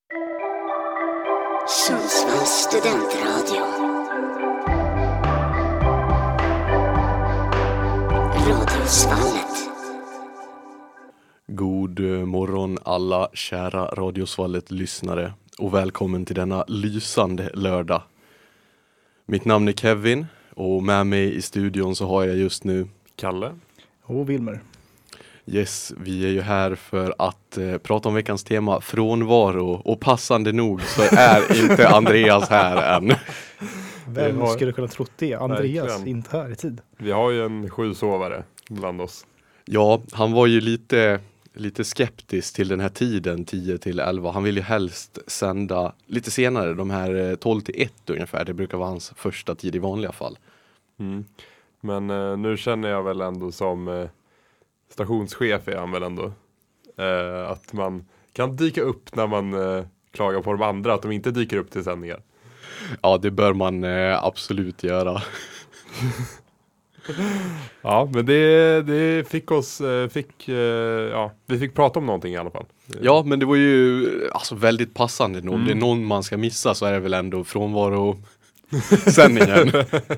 Sundsvalls studentradio. Radiosvallet. God morgon alla kära Radiosvallet-lyssnare och välkommen till denna lysande lördag. Mitt namn är Kevin och med mig i studion så har jag just nu Kalle och Wilmer. Yes, vi är ju här för att prata om veckans tema frånvaro och passande nog så är inte Andreas här än. Vem skulle kunna trott det? Andreas, verkligen. inte här i tid. Vi har ju en 7-sovare bland oss. Ja, han var ju lite skeptisk till den här tiden 10-11. Han vill ju helst sända lite senare, de här 12-1 ungefär. Det brukar vara hans första tid i vanliga fall. Men nu känner jag väl ändå som stationschef är han väl ändå. Att man kan dyka upp när man klagar på de andra, att de inte dyker upp till sändningar. Ja, det bör man absolut göra. Ja, men det fick oss, vi fick prata om någonting i alla fall. Ja, men det var ju alltså väldigt passande. Om det är någon man ska missa så är det väl ändå frånvaro-sändningen.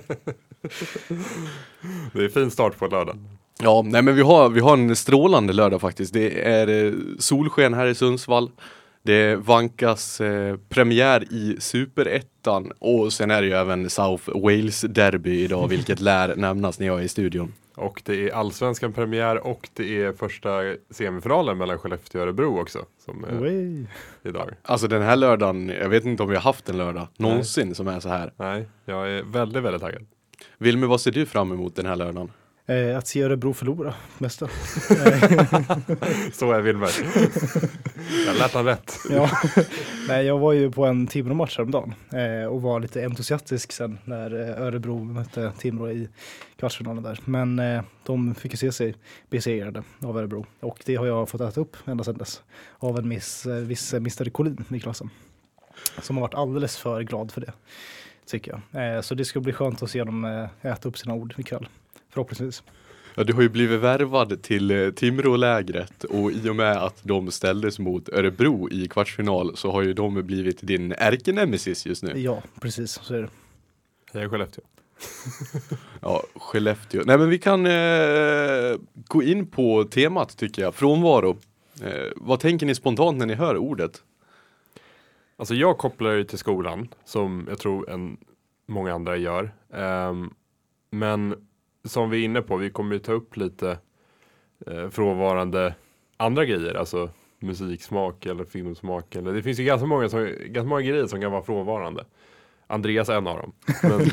Det är fin start på lördag. Ja, nej men vi har en strålande lördag faktiskt. Det är solsken här i Sundsvall. Det vankas premiär i Superettan och sen är det ju även South Wales derby idag, vilket lär nämnas när jag är i studion. Och det är allsvenskan premiär och det är första semifinalen mellan Skellefteå och Örebro också som är idag. Alltså den här lördagen, jag vet inte om vi har haft en lördag någonsin som är så här. Nej, jag är väldigt, väldigt taggad. Wilmer, vad ser du fram emot den här lördagen? Att se Örebro förlora, mesta. Så är Wilmer. Jag lät han rätt. Ja. Nej, jag var ju på en Timrå-match häromdagen och var lite entusiastisk sen när Örebro mötte Timrå i kvartsfinalen där. Men de fick ju se sig besegrade av Örebro och det har jag fått äta upp ända sedan dess av en viss Mr. Collin i klassen som har varit alldeles för glad för det, tycker jag. Så det ska bli skönt att se dem äta upp sina ord ikväll. Förhoppningsvis. Ja, du har ju blivit värvad till Timrå-lägret och i och med att de ställdes mot Örebro i kvartsfinal så har ju de blivit din ärkenemesis just nu. Ja, precis. Så är det. Jag är Skellefteå. Ja, Skellefteå. Nej, men vi kan gå in på temat tycker jag. Frånvaro. Vad tänker ni spontant när ni hör ordet? Alltså jag kopplar ju till skolan som jag tror många andra gör. Men som vi är inne på, vi kommer ju ta upp lite frånvarande andra grejer, alltså musiksmak eller filmsmak. Eller, det finns ju ganska många grejer som kan vara frånvarande. Andreas är en av dem. Men,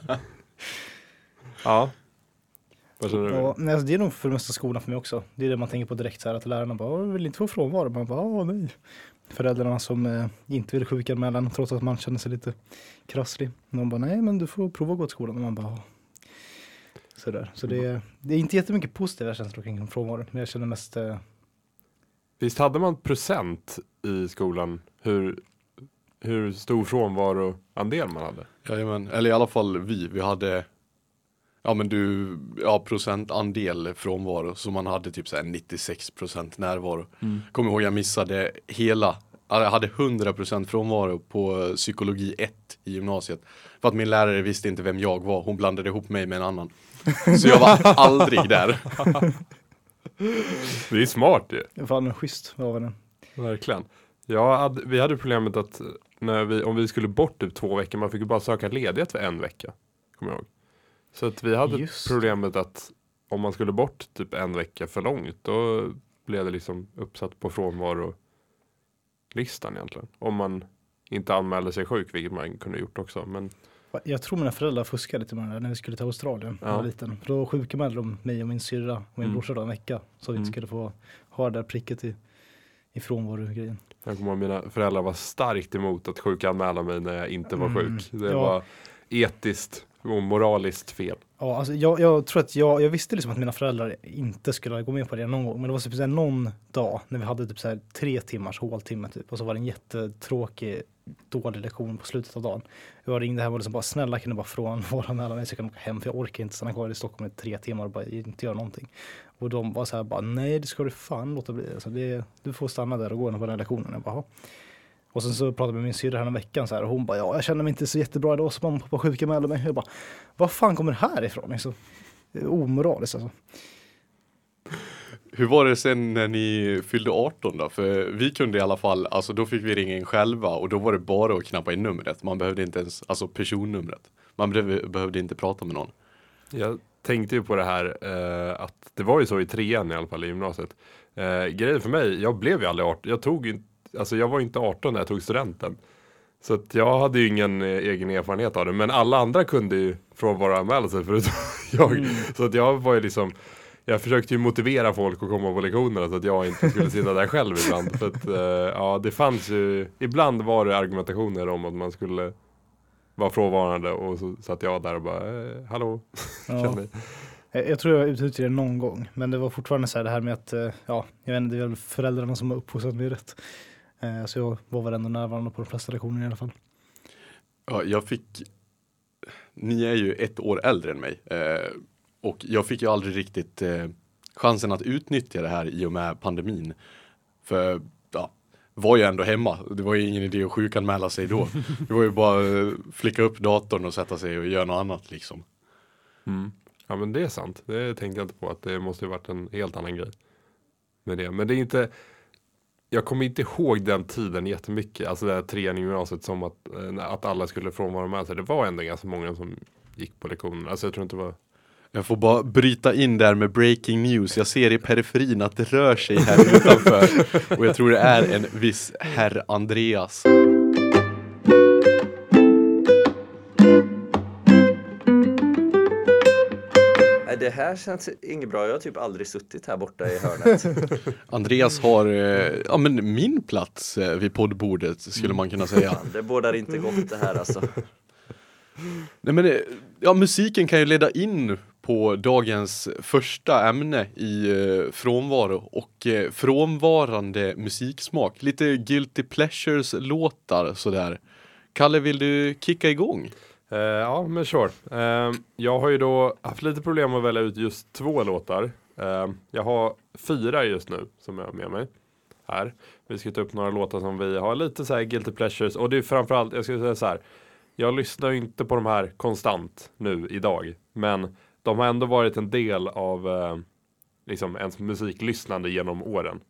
ja. Vad känner du? Ja, nej, alltså det är nog för det mesta skolan för mig också. Det är det man tänker på direkt så här, att lärarna bara, vill inte få frånvaro. Man bara, nej. Föräldrarna som inte vill sjukanmälan trots att man känner sig lite krasslig. De bara, nej men du får prova att gå till skolan. Och man bara, sådär. Så det är inte jättemycket positiva känslor kring frånvaro. Men jag känner mest... Visst hade man procent i skolan hur stor frånvaroandel man hade? Jajamän, eller i alla fall vi hade procentandel frånvaro så man hade typ så här 96% närvaro. Kommer ihåg jag missade jag hade 100% frånvaro på psykologi 1 i gymnasiet. För att min lärare visste inte vem jag var. Hon blandade ihop mig med en annan. Så jag var aldrig där. Det är smart ju. Det var en schysst av den. Verkligen. Vi hade problemet att om vi skulle bort typ 2 veckor, man fick ju bara söka ledighet för 1 vecka. Kommer jag ihåg. Så att vi hade problemet att om man skulle bort typ 1 vecka för långt, då blev det liksom uppsatt på frånvarolistan egentligen. Om man inte anmälde sig sjuk, vilket man kunde gjort också. Men... Jag tror mina föräldrar fuskade lite med det när vi skulle till Australien när jag var liten. För då sjukanmälde de mig och min syrra och min brorsa då en vecka. Så vi inte skulle få ha det där pricket i frånvaro-grejen. Jag kommer ihåg mina föräldrar var starkt emot att sjukanmäla mig när jag inte var sjuk. Det var etiskt och moraliskt fel. Ja, alltså jag tror att jag visste liksom att mina föräldrar inte skulle gå med på det någon gång. Men det var typ så här någon dag när vi hade typ så här 3 timmars håltimme typ. Och så var det en jättetråkig, dålig lektion på slutet av dagen. Jag ringde hem och liksom bara, snälla kan du bara frånvara mellan mig så jag kan åka hem. För jag orkar inte stanna kvar i Stockholm i 3 timmar och bara inte göra någonting. Och de var så här bara, nej det ska du fan låta bli. Alltså du får stanna där och gå på den här lektionen. Jag bara, Och sen så pratade jag med min syrra här en veckan så här, och hon bara, ja, jag känner mig inte så jättebra idag, så mamma och pappa sjukanmälde mig. Jag bara, vad fan kommer det här ifrån? Liksom. Det är omoraliskt alltså. Hur var det sen när ni fyllde 18 då? För vi kunde i alla fall, alltså då fick vi ringa in själva och då var det bara att knappa in numret. Man behövde inte ens, alltså personnumret. Man behövde inte prata med någon. Jag tänkte ju på det här att det var ju så i 3:an i alla fall i gymnasiet. Grejen för mig, jag blev ju aldrig 18. Jag var inte 18 när jag tog studenten. Så att jag hade ju ingen egen erfarenhet av det. Men alla andra kunde ju frånvaroanmäla sig förutom jag. Så att jag var ju liksom, jag försökte ju motivera folk att komma på lektionerna så att jag inte skulle sitta där själv ibland. För att det fanns ju, ibland var det argumentationer om att man skulle vara frånvarande och så satt jag där och bara, hallå. Ja. Jag tror jag var ute i det någon gång, men det var fortfarande så här det här med att, jag vet inte, det är väl föräldrarna som har uppfostrat mig rätt. Så jag var väl ändå närvarande på de flesta lektioner i alla fall. Ja, ni är ju 1 år äldre än mig. Och jag fick ju aldrig riktigt chansen att utnyttja det här i och med pandemin. För var ju ändå hemma. Det var ju ingen idé att sjukanmäla sig då. Det var ju bara flicka upp datorn och sätta sig och göra något annat liksom. Mm. Ja, men det är sant. Det tänkte jag inte på, att det måste ju varit en helt annan grej med det. Men det är inte, jag kommer inte ihåg den tiden jättemycket. Alltså det här 3:an i gymnasiet som att alla skulle frånvara med sig. Det var ändå ganska många som gick på lektionerna. Alltså jag tror inte det var... Jag får bara bryta in där med breaking news. Jag ser i periferin att det rör sig här utanför. Och jag tror det är en viss herr Andreas. Det här känns inget bra. Jag har typ aldrig suttit här borta i hörnet. Andreas har min plats vid poddbordet skulle man kunna säga. Det bådar inte gott det här alltså. Nej, men musiken kan ju leda in på dagens första ämne i frånvaro och frånvarande musiksmak. Lite guilty pleasures låtar sådär. Kalle, vill du kicka igång? Ja, men sure. Jag har ju då haft lite problem att välja ut just 2 låtar. Jag har 4 just nu som jag har med mig här. Vi ska ta upp några låtar som vi har lite så här guilty pleasures. Och det är framförallt, jag ska säga så här, jag lyssnar ju inte på de här konstant nu idag. Men de har ändå varit en del av liksom ens musiklyssnande genom åren.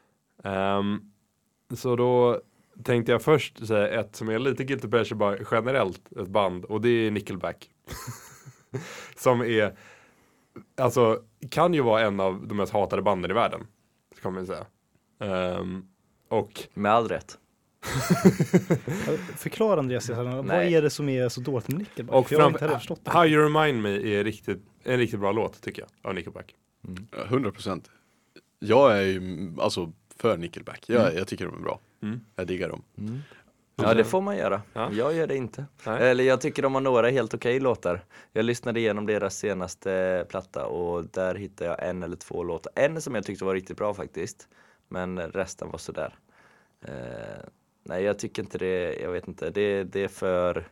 Så då tänkte jag först säga ett som är lite guilty pleasure bara generellt, ett band, och det är Nickelback. Som är, alltså, kan ju vara en av de mest hatade banden i världen, kan man säga. Och med all rätt. Förklara Andreas, vad är det som är så dåligt med Nickelback? Och jag har inte heller förstått det. How You Remind Me är en riktigt bra låt tycker jag, av Nickelback. 100%. Jag är ju alltså för Nickelback. Jag tycker de är bra. Jag diggar dem. Ja, det får man göra. Ja. Jag gör det inte. Nej. Eller jag tycker de har några helt okej låtar. Jag lyssnade igenom deras senaste platta och där hittade jag 1 eller 2 låtar. En som jag tyckte var riktigt bra faktiskt. Men resten var sådär. Nej, jag tycker inte det. Jag vet inte. Det är för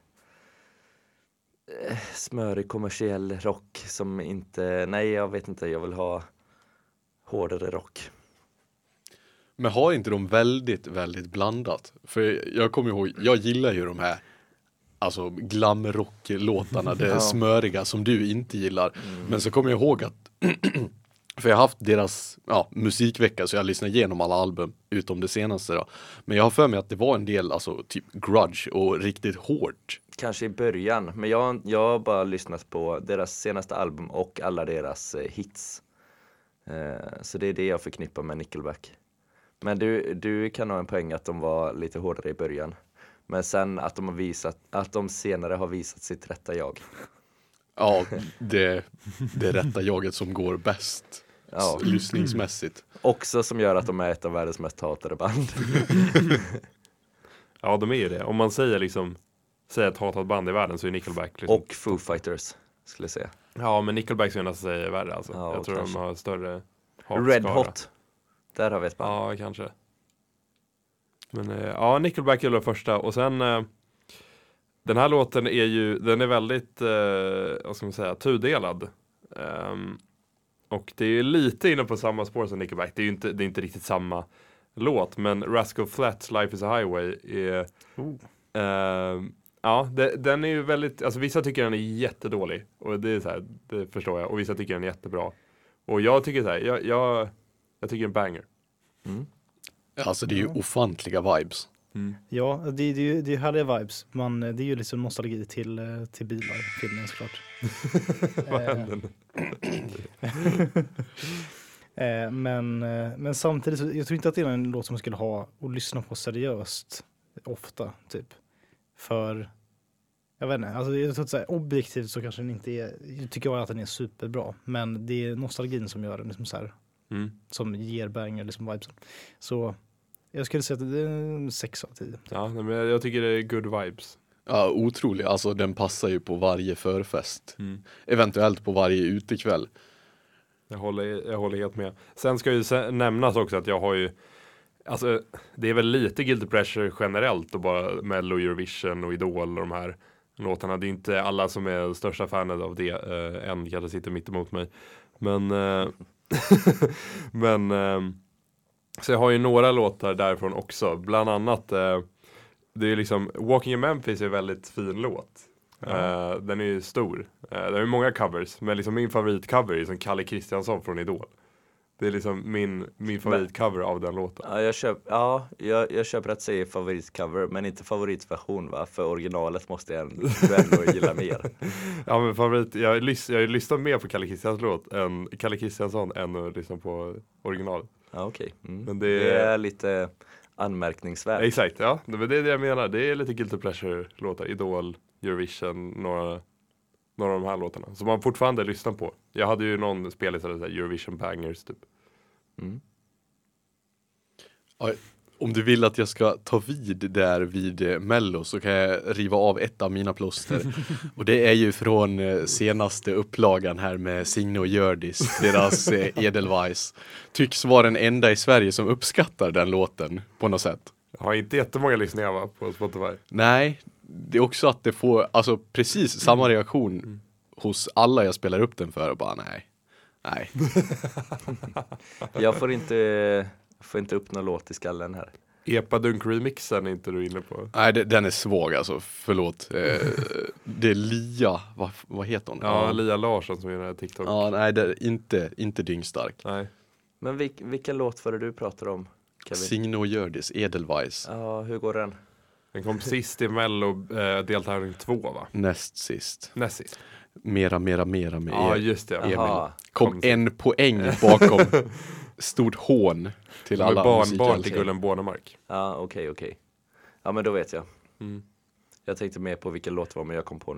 smörig kommersiell rock som inte... Nej, jag vet inte. Jag vill ha hårdare rock. Men har inte de väldigt, väldigt blandat? För jag kommer ihåg, jag gillar ju de här alltså glamrock-låtarna, det smöriga som du inte gillar. Men så kommer jag ihåg att för jag har haft deras musikvecka, så jag lyssnar igenom alla album utom det senaste då. Men jag har för mig att det var en del alltså typ grudge och riktigt hårt. Kanske i början, men jag har bara lyssnat på deras senaste album och alla deras hits. Så det är det jag förknippar med Nickelback. Men du kan ha en poäng att de var lite hårdare i början. Men sen att de senare har visat sitt rätta jag. Ja, det rätta jaget som går bäst. Ja. Lyssningsmässigt. Också som gör att de är ett av världens mest hatade band. Ja, de är ju det. Om man säger ett hatat band i världen så är Nickelback liksom. Och Foo Fighters skulle jag säga. Ja, men Nickelback skulle jag nästan säga är värre alltså. Ja, jag tror kanske. de har större hatskara. Red Hot. Där har vi ett band. Ja, kanske. Men Nickelback är det första. Och sen den här låten den är väldigt vad ska man säga, tudelad. Och det är lite inne på samma spår som Nickelback. Det är inte riktigt samma låt, men Rascal Flatts Life is a Highway är ja, den är ju väldigt, alltså vissa tycker den är jättedålig och det är så här, det förstår jag, och vissa tycker den är jättebra. Och jag tycker så här, jag tycker en banger. Alltså det är ju ofantliga vibes. Ja, det är ju härliga vibes. Det är ju liksom nostalgi till bilar, filmen såklart. Men samtidigt, så, jag tror inte att det är en låt som man skulle ha och lyssna på seriöst ofta, typ. För, jag vet inte, alltså jag tror att så här, objektivt så kanske den inte är, tycker jag att den är superbra. Men det är nostalgin som gör den liksom så här, som ger banger liksom vibes. Så jag skulle säga att det är en 6 av 10. Ja, men jag tycker det är good vibes. Ja, otrolig. Alltså den passar ju på varje förfest. Eventuellt på varje utekväll. Jag håller helt med. Sen ska ju nämnas också att jag har ju, alltså det är väl lite guilty pleasure generellt och bara Mello, Eurovision och Idol och de här låtarna. Det är inte alla som är största fanet av det. En kanske sitter mitt emot mig. Men så jag har ju några låtar därifrån också. Bland annat det är liksom Walking in Memphis är en väldigt fin låt. Den är ju stor. Den har ju många covers, men liksom min favoritcover är liksom Kalle Kristiansson från Idol. Det är liksom min favoritcover av den låten. Ja, jag köper att säga favoritcover, men inte favoritversion, va? För originalet måste jag ändå gilla mer. Ja, men jag har lyssnat mer på Kalle Kristiansson än att lyssna på originalet. Ja, okej. Men det är lite anmärkningsvärt. Exakt, ja. Men det är det jag menar. Det är lite guilty pleasure-låtar. Idol, Eurovision, några av de här låtarna. Som man fortfarande lyssnar på. Jag hade ju någon spellista där Eurovision bangers typ. Ja, om du vill att jag ska ta vid Mello så kan jag riva av ett av mina plåster. Och det är ju från senaste upplagan här med Signe och Hjördis, deras Edelweiss. Tycks vara den enda i Sverige som uppskattar den låten på något sätt. Jag har inte jättemånga lyssningar, va, på Spotify. Nej, det är också att det får alltså precis samma reaktion hos alla jag spelar upp den för och bara nej. Jag får inte upp någon låt i skallen här. Epadunk-remixen är inte du inne på? Nej, den är svag alltså, förlåt. Det är Lia, vad heter hon? Ja, Lia Larsson som gör den här TikTok. Ja, nej, det är inte dyngstark. Nej. Men vilken låt var det du pratade om, Kevin? Signe och Hjördis, Edelweiss. Ja, hur går den? Den kom sist i Mello deltävling 2, va? Näst sist. Näst sist. Mera med Ja, just det. Emil. Kom en poäng bakom. Stort hån till alla barn till Gullen Bornemark. Ja, okej. Ja, men då vet jag. Jag tänkte mer på vilken låt det var, men jag kom på nu.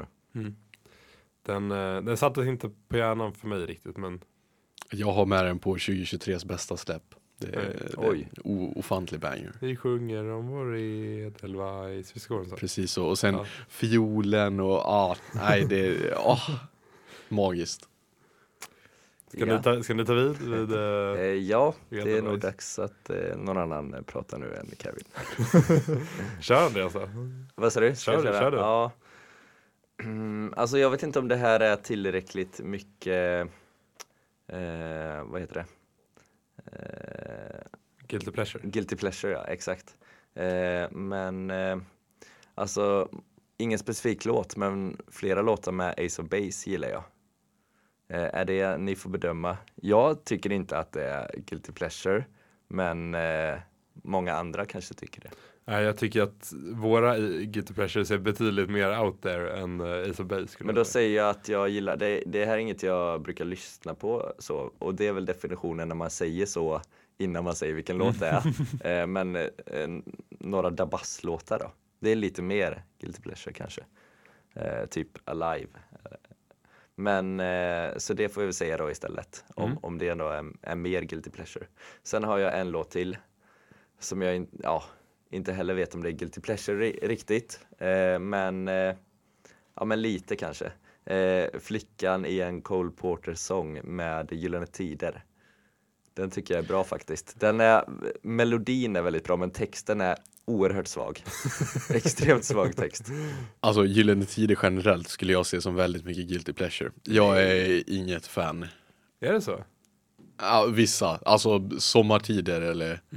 Den sattes inte på hjärnan för mig riktigt, men jag har med den på 2023s bästa släpp. Det är ofantlig banger. Vi sjunger om vår Edelweiss. Precis så. Och sen fiolen och det är magiskt. Ska ni ta vid? Ja, det är nog dags att någon annan pratar nu än Kevin. Kör det alltså. Vad sa du? Kör det. Ja. Alltså jag vet inte om det här är tillräckligt mycket vad heter det? Guilty pleasure, ja, exakt. Men alltså ingen specifik låt, men flera låtar med Ace of Base gillar jag. Är det ni får bedöma. Jag tycker inte att det är guilty pleasure, men många andra kanske tycker det. Nej, jag tycker att våra guilty pleasures är betydligt mer out there än Ace of Base. Men då säger jag att jag gillar det. Det här är inget jag brukar lyssna på så, och det är väl definitionen när man säger så innan man säger vilken låt det är. Men några Dabas-låtar då. Det är lite mer guilty pleasure kanske. Typ Alive. Men så det får vi väl säga då istället. Om det ändå är mer guilty pleasure. Sen har jag en låt till som jag inte heller vet om det är guilty pleasure riktigt. Men lite kanske. Flickan i en Cole Porter-sång med Gyllene Tider. Den tycker jag är bra faktiskt. Melodin är väldigt bra, men texten är oerhört svag. Extremt svag text. Alltså Gyllene Tider generellt skulle jag se som väldigt mycket guilty pleasure. Jag är inget fan. Är det så? Ja, vissa. Alltså sommartider eller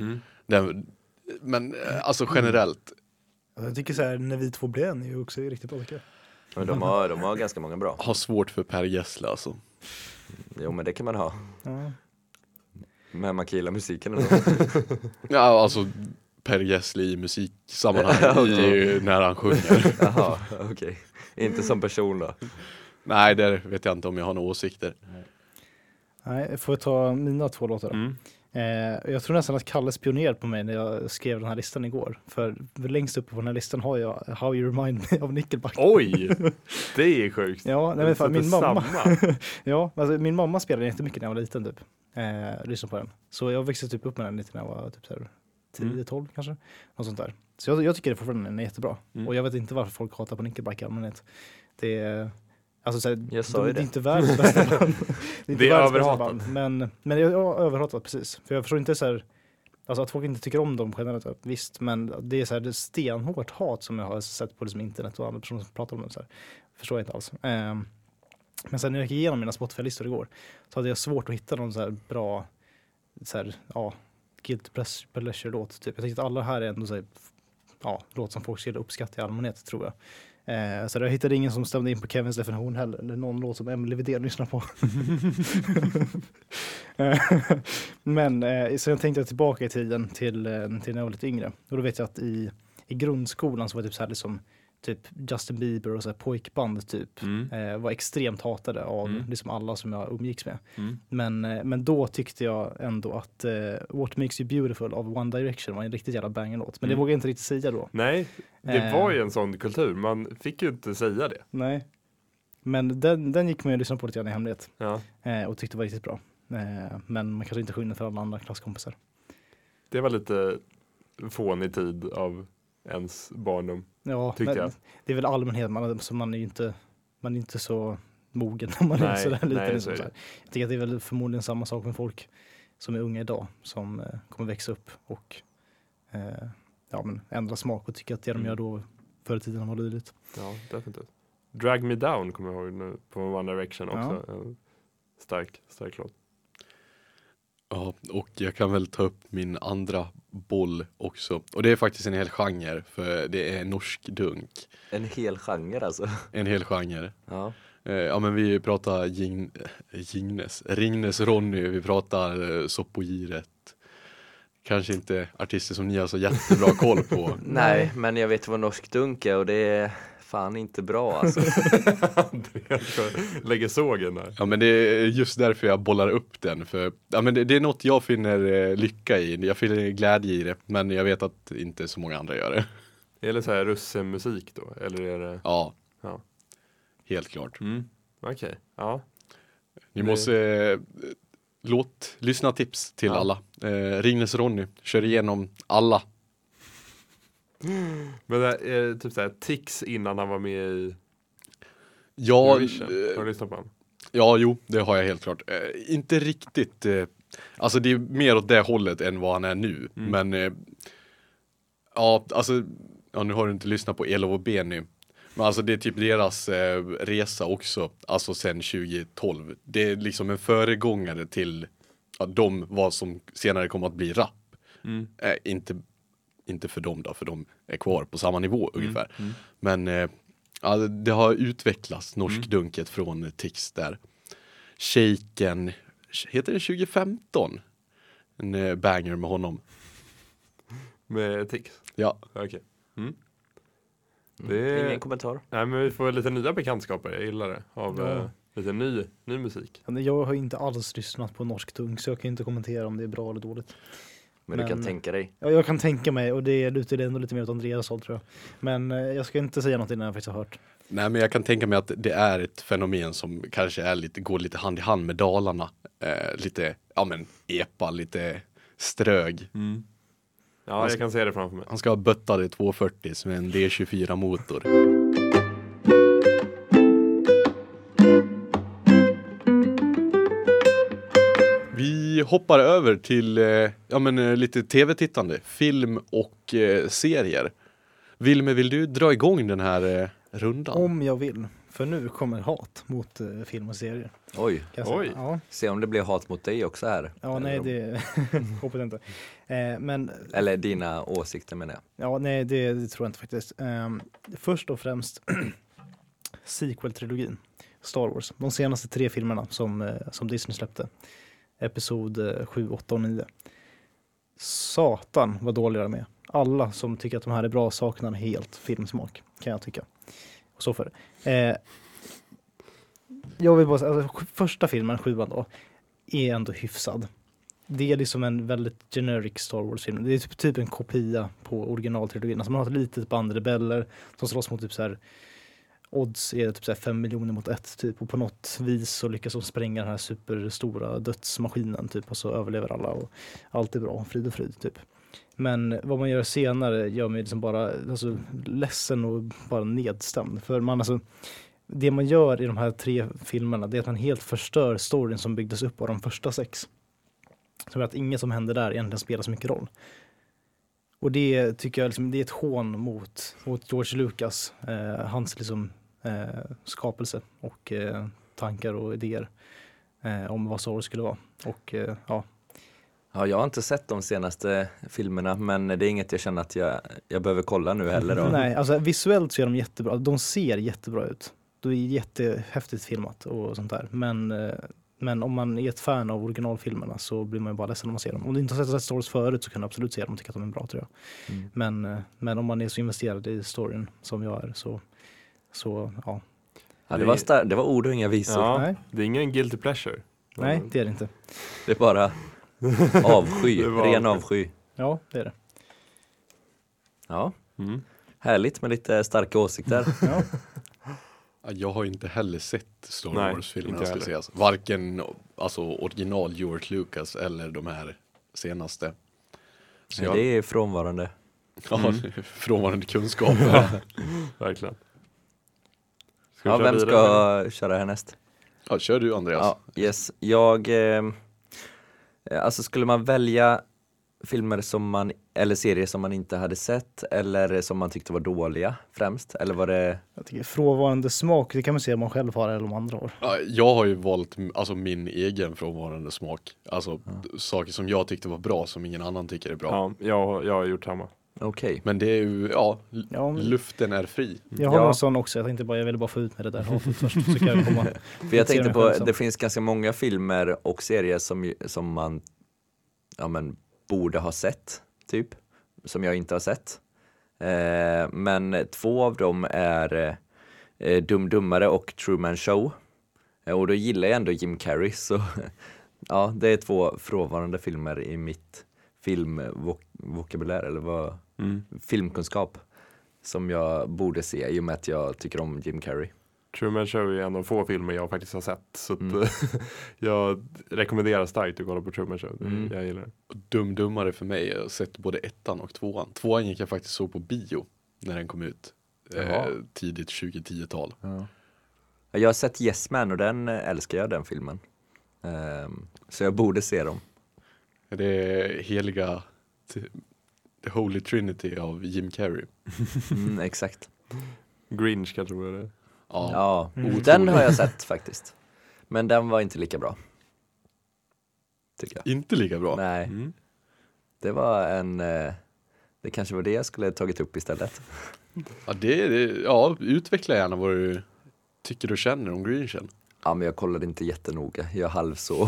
Men alltså generellt. Jag tycker så här, När vi två blir en är ju också riktigt bra tycker jag. Men de har ganska många bra. Har svårt för Per Gessle alltså. Jo, men det kan man ha. Ja. Men man kan gilla musiken ändå. Ja, alltså Per Gessle i musiksammanhang är ju när han sjunger. Jaha, okej. Inte som person då. Nej, där vet jag inte om jag har några åsikter. Nej, får jag ta mina 2 låtar då? Jag tror nästan att Kalle spionerade på mig när jag skrev den här listan igår. För längst upp på den här listan har jag How You Remind Me av Nickelback. Oj, det är sjukt. Ja, nej, men fan, min mamma. Ja, alltså, min mamma spelade jättemycket när jag var liten typ. Lyssnade på den. Så jag växte typ upp med den lite när jag var typ så här 10-12 kanske. Något sånt där. Så jag tycker det fortfarande den är jättebra. Och jag vet inte varför folk hatar på Nickelback i allmänhet. Det är... Alltså, såhär, det är inte världens bästa band. Det är överhatat. Men jag har överhatat precis. För jag förstår inte så här, alltså att folk inte tycker om dem generellt. Visst, men det är så här, det är stenhårt hat som jag har sett på liksom internet och andra personer som pratar om det. Så här. Förstår jag inte alls. Men sen när jag gick igenom mina Spotify-listor igår så hade jag svårt att hitta någon så här bra så här, guilty pleasure-låt. Typ. Jag tyckte att alla här är ändå så här, låt som folk skulle uppskatta i allmänhet, tror jag. Så jag hittade ingen som stämde in på Kevins definition heller. Eller någon låt som Emily Widén lyssnar på. Men så jag tänkte tillbaka i tiden till när jag var lite yngre. Och då vet jag att i grundskolan så var det typ så här liksom, typ Justin Bieber och så här pojkband typ var extremt hatade av liksom alla som jag umgicks med. Men då tyckte jag ändå att What Makes You Beautiful av One Direction var en riktigt jävla banger-låt. Men det vågade jag inte riktigt säga då. Nej, det var ju en sån kultur. Man fick ju inte säga det. Nej. Men den gick man ju lyssna på lite grann i hemlighet. Ja. Och tyckte var riktigt bra. Men man kanske inte sjunger för alla andra klasskompisar. Det var lite fånig tid av ens barndom. Ja, men jag. Det är väl allmänhet, man är inte så mogen när man är så där liten. Så här. Jag tycker att det är väl förmodligen samma sak med folk som är unga idag som kommer växa upp och ändra smak och tycka att det de gör då förr i tiden var löjligt. Ja, definitivt. Drag Me Down kommer jag ihåg nu på One Direction också. Ja. Stark låt. Ja, och jag kan väl ta upp min andra boll också. Och det är faktiskt en hel genre, för det är norsk dunk. En hel genre alltså? En hel genre. Ja. Men vi pratar Ringnes Ronny, vi pratar Soppogiret. Kanske inte artister som ni har så jättebra koll på. Nej, men jag vet vad norsk dunk är och det är fan inte bra alltså. Lägger sågen där. Ja, men det är just därför jag bollar upp den. För men det är något jag finner lycka i. Jag finner glädje i det. Men jag vet att inte så många andra gör det. Är det så här russemusik då? Eller är det... Ja. Helt klart. Okej. Ja. Ni måste lyssna tips till alla. Ringnes Ronny kör igenom alla. Men det är typ så här Tix innan han var med i Eurovision. Har du lyssnat på honom? Ja, jo, det har jag helt klart. Inte riktigt. Alltså det är mer åt det hållet än vad han är nu. Men nu har du inte lyssnat på Elo och Benny. Men alltså det är typ deras resa också. Alltså sen 2012. Det är liksom en föregångare till vad som senare kommer att bli rap. Inte för dem då, för de är kvar på samma nivå ungefär. Men det har utvecklats norskdunket från Tix där. Shaken, heter det 2015? En banger med honom. Med Tix? Ja. Okej. Ingen kommentar. Nej, men vi får lite nya bekantskaper, jag gillar det. Av lite ny musik. Jag har inte alls lyssnat på norsk dunk, så jag kan inte kommentera om det är bra eller dåligt. Men du kan tänka dig. Ja, jag kan tänka mig, och det lutar ändå lite mer åt Andreas håll, tror jag. Men jag ska inte säga något innan jag faktiskt har hört. Nej, men jag kan tänka mig att det är ett fenomen som kanske går lite hand i hand med Dalarna. Lite, epa, lite strög. Ja, jag kan se det framför mig. Han ska ha böttade 240 som är en D24-motor. Vi hoppar över till lite tv-tittande, film och serier. Vilme, vill du dra igång den här rundan? Om jag vill. För nu kommer hat mot film och serier. Oj, Kan jag säga. Oj. Ja, se om det blir hat mot dig också här. ja nej det hoppas jag inte. Men Eller dina åsikter menar jag. ja, nej det tror jag inte faktiskt. Först och främst sequel-trilogin. Star Wars. De senaste 3 filmerna som Disney släppte. Episod 7, 8 och 9. Satan vad dåliga de är. Alla som tycker att de här är bra saknar helt filmsmak, kan jag tycka. Och så för det. Jag vill bara säga, alltså, första filmen, 7:an då, är ändå hyfsad. Det är liksom en väldigt generic Star Wars-film. Det är typ en kopia på originaltrilogin. Alltså man har ett litet band rebeller som slåss mot typ så här, odds är typ så här 5 miljoner mot 1 typ, och på något vis så lyckas de spränga den här superstora dödsmaskinen typ, och så överlever alla och allt är bra, frid och fryd typ. Men vad man gör senare gör mig liksom bara alltså, ledsen och bara nedstämd. För man alltså, det man gör i de här 3 filmerna, det är att man helt förstör storyn som byggdes upp av de första 6. Så att inget som händer där egentligen spelar så mycket roll. Och det tycker jag liksom, det är ett hån mot George Lucas, hans liksom skapelse och tankar och idéer om vad Star Wars skulle vara. Och ja. Ja, jag har inte sett de senaste filmerna, men det är inget jag känner att jag behöver kolla nu heller då. Nej, alltså visuellt så är de jättebra. De ser jättebra ut. Det är jättehäftigt filmat och sånt där. Men om man är ett fan av originalfilmerna så blir man ju bara ledsen när man ser dem. Om du inte har sett Star Wars förut så kan du absolut se dem och tycka att de är bra, tror jag. Men om man är så investerad i storyn som jag är så ja. Ja, det var ord och inga visor. Ja, Nej. det är ingen guilty pleasure. Nej, det är det inte. Det är bara avsky, Det var ren avsky. avsky. Ja, det är det. Ja, Mm. härligt med lite starka åsikter. Ja. Jag har inte heller sett Star Nej, Wars-filmerna, inte ska heller. sägas. Varken alltså, original George Lucas eller de här senaste. Så Det är frånvarande. ja, frånvarande kunskap. Verkligen. Ska vi Ja, köra vem vidare? ska köra härnäst? Ja, kör du, Andreas. Ja, yes. Alltså skulle man välja filmer eller serier som man inte hade sett eller som man tyckte var dåliga främst? Eller var det... Jag tycker frånvarande smak, det kan man se om man själv har eller om andra har. Ja, jag har ju valt alltså, min egen frånvarande smak. Alltså saker som jag tyckte var bra som ingen annan tycker är bra. Ja, jag har gjort samma. Okej. Men det är ju, ja, Ja, luften är fri. jag har Ja. någon sån också. Jag ville bara få ut med det där hatet först. Så kan jag komma. För jag tänkte mig på, själv sen. det finns ganska många filmer och serier som man borde ha sett, typ. Som jag inte har sett. Men 2 av dem är Dum Dummare och Truman Show. Och då gillar jag ändå Jim Carrey, så ja, det är 2 frånvarande filmer i mitt filmvokabulär, eller vad, filmkunskap, som jag borde se i och med att jag tycker om Jim Carrey. Truman Show är en av få filmer jag faktiskt har sett. Så att, jag rekommenderar starkt att kolla på Truman Show. Jag gillar det. Dummare för mig. Jag har sett både 1:an och 2:an. 2:an gick jag faktiskt så på bio när den kom ut. Tidigt 2010-tal. Ja. Jag har sett Yes Man och den älskar jag, den filmen. Så jag borde se dem. Det är heliga The Holy Trinity av Jim Carrey. Exakt. Grinch kanske var det. Ja. Ja, den har jag sett faktiskt. Men den var inte lika bra. Tycker jag. Inte lika bra. Nej. Det var det kanske var det jag skulle ha tagit upp istället. Ja, utveckla gärna vad du tycker och känner om Grinchen. Ja, men jag kollade inte jättenoga. Jag halvsov.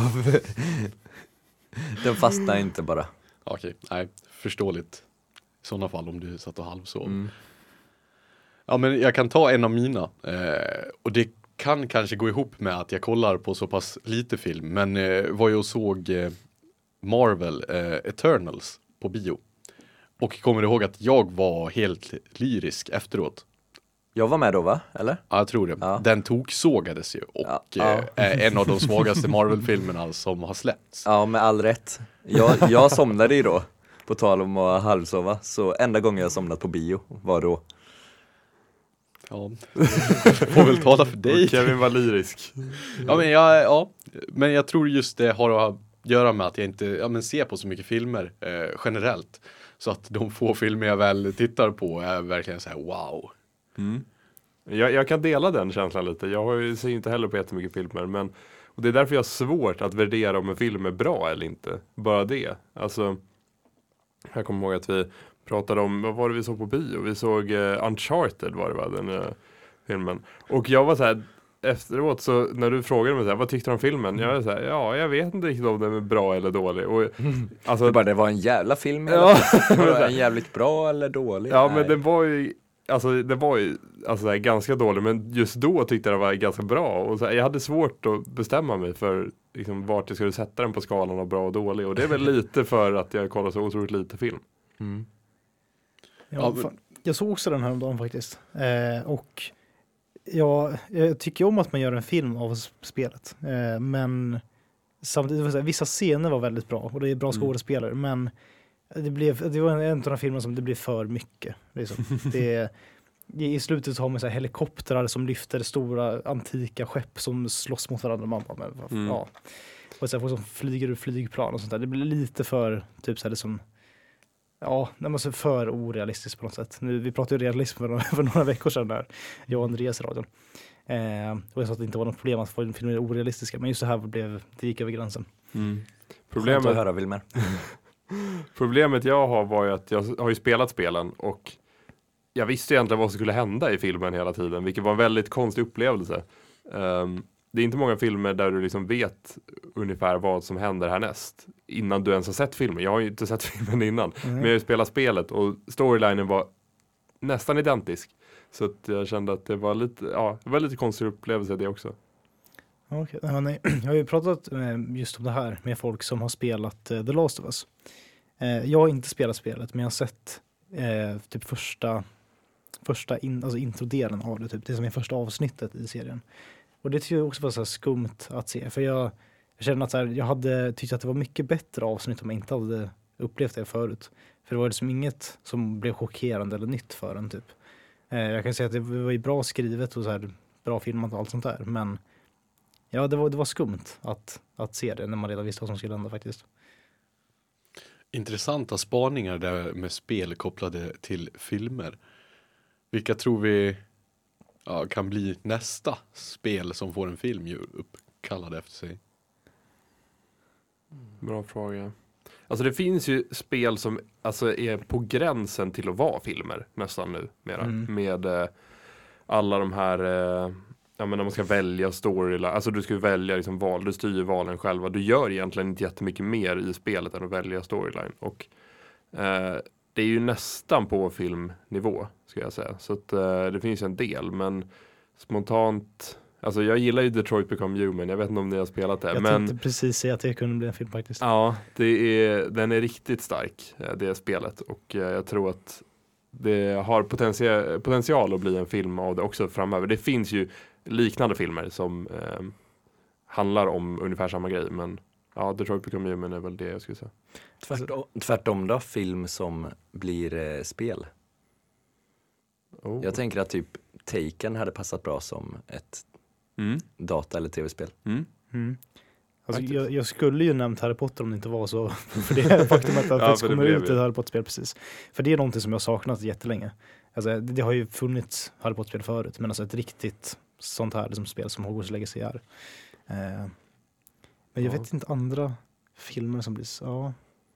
Den fastnade inte bara. Okej, nej, förståeligt. I sådana fall om du satt och halvsov. Ja, men jag kan ta en av mina. Och det kan kanske gå ihop med att jag kollar på så pass lite film. Men var jag och såg Marvel Eternals på bio. Och kommer ihåg att jag var helt lyrisk efteråt. Jag var med då, va? Eller? Ja, jag tror det. Ja. Den toksågades ju. Och Ja. är en av de svagaste Marvel-filmerna som har släppts. Ja, med all rätt. Jag somnade ju då. På tal om att halvsova. Så enda gången jag somnat på bio var då. Ja, får väl tala för dig. Kevin var lyrisk. Men jag tror just det har att göra med att jag inte ser på så mycket filmer generellt. Så att de få filmer jag väl tittar på är verkligen så här wow. Jag kan dela den känslan lite. Ser inte heller på jättemycket filmer, men och det är därför jag har svårt att värdera om en film är bra eller inte. Bara det. Alltså, jag kommer ihåg att vi pratade om, vad var det vi såg på bio? Vi såg Uncharted var det, va? Den filmen. Och jag var så här, efteråt så när du frågade mig så här, vad tyckte du om filmen? Jag var så här, ja, jag vet inte riktigt om den är bra eller dålig. Och, alltså, det var en jävla film. Ja. Var den jävligt bra eller dålig? Ja, Nej. men den var ju så här, ganska dålig, men just då tyckte jag den var ganska bra. Och så här, jag hade svårt att bestämma mig för liksom, vart jag skulle sätta den på skalan av bra och dålig. Och det är väl lite för att jag kollar så otroligt lite film. Mm. Ja, jag såg också den här om dagen faktiskt. Och jag tycker om att man gör en film av spelet. Men samtidigt, vissa scener var väldigt bra och det är bra skådespelare, men det var en av de filmerna som det blev för mycket. Liksom. I slutet har man så här helikoptrar som lyfter stora antika skepp som slåss mot varandra. Man bara, ja. Och så här, folk som flyger ur flygplan och sånt där. Det blir lite för typ så här, liksom, ja, det måste för orealistiskt på något sätt. Vi pratade ju realism för några veckor sedan där, jag och Andreas i radion. Och jag sa att det inte var något problem att få filmer orealistiska, men just det här det gick över gränsen. Problemet att höra, Wilmer. Problemet jag har var ju att jag har ju spelat spelen och jag visste egentligen vad som skulle hända i filmen hela tiden, vilket var en väldigt konstig upplevelse. Det är inte många filmer där du liksom vet ungefär vad som händer härnäst innan du ens har sett filmen. Jag har ju inte sett filmen innan, men jag har ju spelat spelet och storylinen var nästan identisk. Så att jag kände att det var lite konstig upplevelse det också. Okay. Ja, nej. Jag har ju pratat just om det här med folk som har spelat The Last of Us. Jag har inte spelat spelet, men jag har sett typ första introdelen av det, typ. Det som är första avsnittet i serien. Och det tycker jag också var så här skumt att se, för jag känner att så här, jag hade tyckt att det var mycket bättre avsnitt om jag inte hade upplevt det förut. För det var liksom inget som blev chockerande eller nytt för en typ. Jag kan säga att det var ju bra skrivet och så här, bra filmat och allt sånt där, men ja, det var skumt att se det när man redan visste vad som skulle hända faktiskt. Intressanta spaningar där med spel kopplade till filmer. Vilka tror vi kan bli nästa spel som får en film uppkallad efter sig? Bra fråga. Alltså det finns ju spel som alltså är på gränsen till att vara filmer nästan nu mera. Med alla de här men när man ska välja storyline, alltså du ska välja liksom val, du styr valen själva. Du gör egentligen inte jättemycket mer i spelet än att välja storyline. Och det är ju nästan på filmnivå, ska jag säga. Så att det finns en del, men spontant, alltså jag gillar ju Detroit Become Human. Jag vet inte om ni har spelat det. Jag tänkte precis säga att det kunde bli en film faktiskt. Ja, den är riktigt stark, det spelet. Och jag tror att det har potential att bli en film av det också framöver. Det finns ju liknande filmer som handlar om ungefär samma grej, men ja, Detroit Become Human är väl det jag skulle säga. Tvärtom då, film som blir spel. Jag tänker att typ Taken hade passat bra som ett data- eller tv-spel. Alltså, jag skulle ju nämnt Harry Potter om det inte var så. För det är faktumet att det kommer ut ett Harry Potter-spel precis. För det är någonting som jag saknat jättelänge. Alltså, det har ju funnits Harry Potter-spel förut, men alltså ett riktigt sånt här liksom, spel som Hogwarts Legacy är. Men jag vet inte andra filmer som blir så.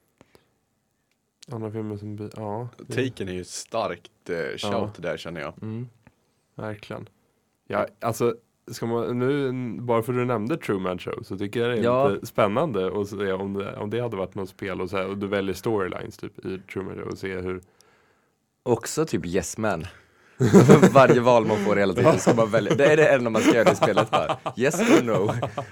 Andra filmer som blir, Taken är ju ett starkt shout där, känner jag. Verkligen. Ja, alltså ska man nu, bara för att du nämnde Truman Show, så tycker jag det är lite spännande att se om det hade varit något spel och, så här, och du väljer storylines typ i Truman Show och se hur. Också typ Yes Man. Varje val man får hela tiden ska man välja. Det är det enda man ska göra i spelet bara. Yes or no.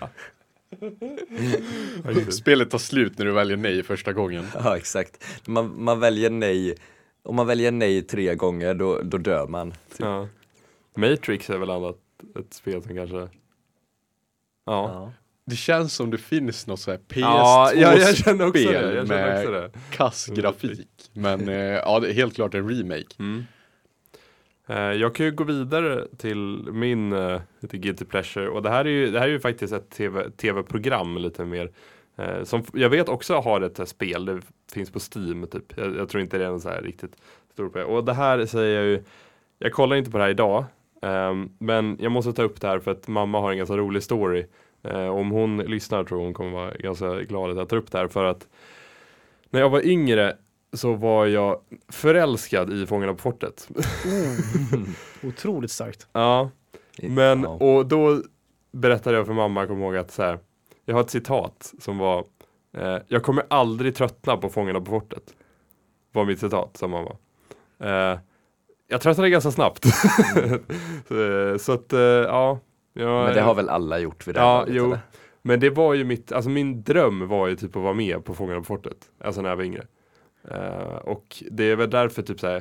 Spelet tar slut när du väljer nej första gången. Ja, exakt. Man väljer nej. Om man väljer nej 3 gånger då dör man. Typ. Ja. Matrix är väl annat ett spel som kanske. Ja. Det känns som det finns något så här PS2-spel med kass grafik. Men det är helt klart en remake. Jag kan ju gå vidare till min lite guilty pleasure. Och det här är ju faktiskt ett tv-program lite mer. Som jag vet också har ett spel. Det finns på Steam typ. Jag tror inte det är en så här riktigt stor problem. Och det här säger jag ju. Jag kollar inte på det här idag. Men jag måste ta upp det här för att mamma har en ganska rolig story. Om hon lyssnar tror hon kommer vara ganska glad att jag tar upp det här. För att när jag var yngre så var jag förälskad i Fångarna på fortet. Otroligt starkt. Ja, men och då berättade jag för mamma, kommer ihåg att så här, jag har ett citat som var jag kommer aldrig tröttna på Fångarna på fortet. Var mitt citat, sa mamma. Jag tröttnade ganska snabbt. Så att, ja. Men det har väl alla gjort vid det ja, laget, jo. eller? Men det var ju min dröm var ju typ att vara med på Fångarna på fortet. Alltså när jag var yngre. Och det är väl därför typ såhär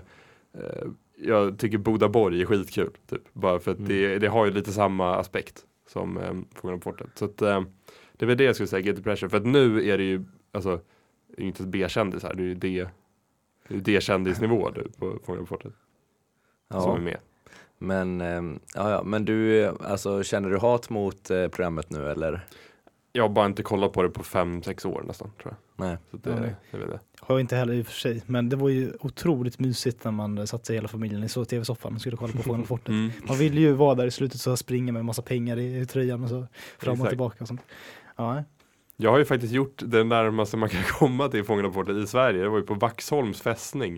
jag tycker Bodaborg är skitkul. Typ. Bara för att det har ju lite samma aspekt som Fångarna på fortet. Så att det är väl det jag skulle säga, Guilty Pleasure. För att nu är det ju, alltså, det är ju inte ett B-kändis här. Det är ju D-kändisnivå på Fångarna på fortet. Som är med. Men, men du, alltså, känner du hat mot programmet nu, eller? Jag har bara inte kollat på det på 5-6 år nästan, tror jag. Nej. Så det vet jag. Har jag inte heller i och för sig. Men det var ju otroligt mysigt när man satt sig hela familjen i så tv-soffan och skulle kolla på Fångarna på fortet. Man ville ju vara där i slutet så springa med en massa pengar i tröjan och så fram och tillbaka och sånt. Ja. Jag har ju faktiskt gjort det närmaste man kan komma till Fångarna på fortet i Sverige. Det var ju på Vaxholms fästning.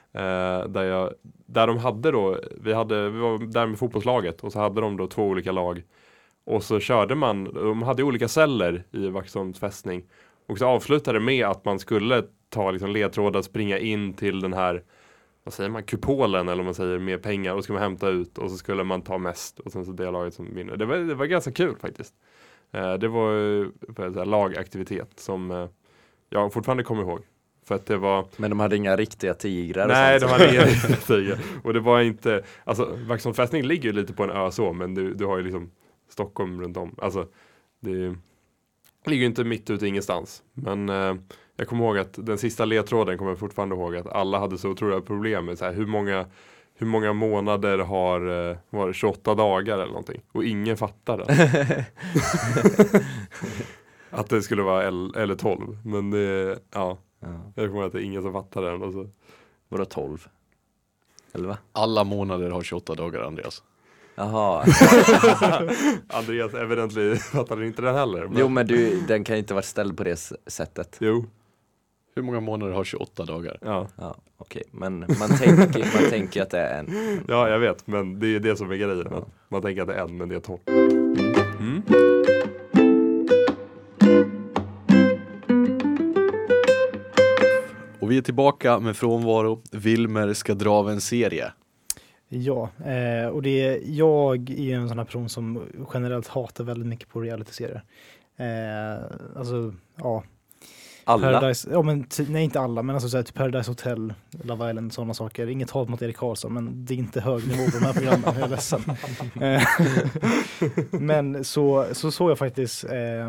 Där de hade då, vi var där med fotbollslaget och så hade de då 2 olika lag. Och så körde de hade olika celler i Vaxholms fästning. Och så avslutade det med att man skulle ta liksom ledtrådar, springa in till den här, vad säger man, kupolen eller man säger med pengar, och så skulle man hämta ut och så skulle man ta mest och sen så det laget som vinner. Det var ganska kul faktiskt. Det var en lagaktivitet som jag fortfarande kommer ihåg. För att det var... Men de hade inga riktiga tigrar? Nej, de hade inga riktiga tigrar. Och det var inte, alltså Vaxholms fästning ligger ju lite på en ö så, men du har ju liksom Stockholm runt om. Alltså det ligger ju inte mitt ute ingenstans. Men jag kommer ihåg att den sista ledtråden kommer jag fortfarande ihåg att alla hade så otroliga problem med så här, hur många månader var 28 dagar eller någonting. Och ingen fattade. Att det skulle vara eller 12. Men det, ja. Jag kommer ihåg att det är ingen som fattade den. Och så. Vadå 12? Eller va? Alla månader har 28 dagar, Andreas. Jaha. Andreas evidently fattade inte den heller. Men... Jo, men den kan inte vara ställd på det sättet. Jo. Hur många månader har 28 dagar? Ja, okej. Men man tänker att det är en. Ja, jag vet. Men det är det som är grejen. Ja. Man tänker att det är en, men det är 12. Och vi är tillbaka med frånvaro. Wilmer ska dra av en serie. Ja, och jag är en sån här person som generellt hatar väldigt mycket på reality-serier. Alltså, ja. Alla? Paradise, ja, men nej, inte alla, men alltså såhär, typ Paradise Hotel, Love Island, sådana saker. Inget hat mot Erik Karlsson, men det är inte hög nivå på de här programmen, jag är ledsen. Men så såg jag faktiskt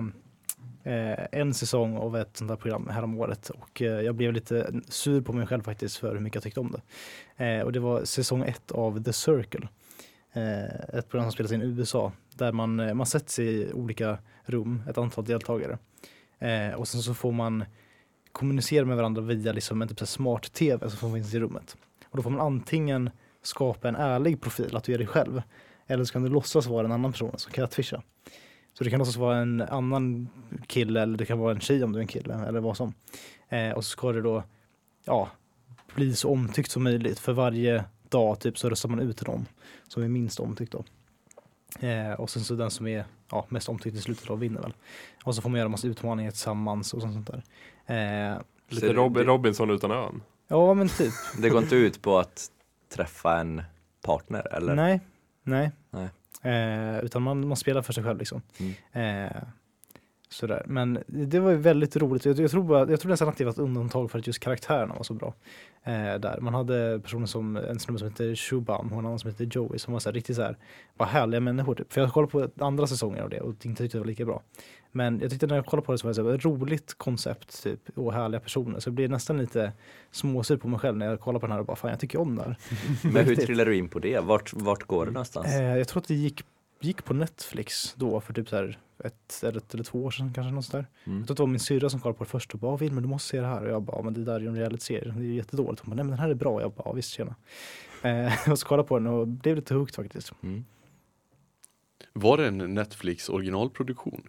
en säsong av ett sånt här program här om året, och jag blev lite sur på mig själv faktiskt för hur mycket jag tyckte om det. Och det var säsong 1 av The Circle. Ett program som spelas in i USA, där man sätter sig i olika rum, ett antal deltagare. Och sen så får man kommunicera med varandra via liksom en typ smart tv som finns i rummet. Och då får man antingen skapa en ärlig profil, att du är dig själv, eller så kan du låtsas vara en annan person som catfisha. Så det kan låtsas vara en annan kille, eller det kan vara en tjej om du är en kille, eller vad som. Och så ska det då bli så omtyckt som möjligt. För varje dag typ så röstar man ut någon som är minst omtyckt då. Och sen så den som är mest omtyckt i slutet då vinner väl. Och så får man göra en massa utmaningar tillsammans och sånt där. Lite Robinson utan ön. Ja, men typ. Det går inte ut på att träffa en partner, eller? Nej. Utan man spelar för sig själv liksom. Sådär. Men det var ju väldigt roligt. Jag tror nästan att det var ett undantag för att just karaktärerna var så bra. Där. Man hade personer som en snubbe som heter Shubham och en annan som heter Joey, som var så här, riktigt så här, bara härliga människor typ. För jag kollade på andra säsonger av det och inte tyckte det var lika bra. Men jag tyckte när jag kollade på det så var det så här, ett roligt koncept typ, och härliga personer. Så jag blev nästan lite småsur på mig själv när jag kollade på den här och bara, fan jag tycker om det här. Men hur trillar du in på det? Vart går det någonstans? Jag tror att det gick på Netflix då för typ så här 1 eller 2 år sedan kanske, något sånt där. Jag tror att det var min syrra som kollade på det först och bara, Wilmer, du måste se det här. Och jag bara, men det där är ju en reality-serie, det är ju jättedåligt. Hon bara, nej men den här är bra. Jag bara, visst tjena. Och så kollade på den och blev lite hooked faktiskt. Mm. Var det en Netflix originalproduktion?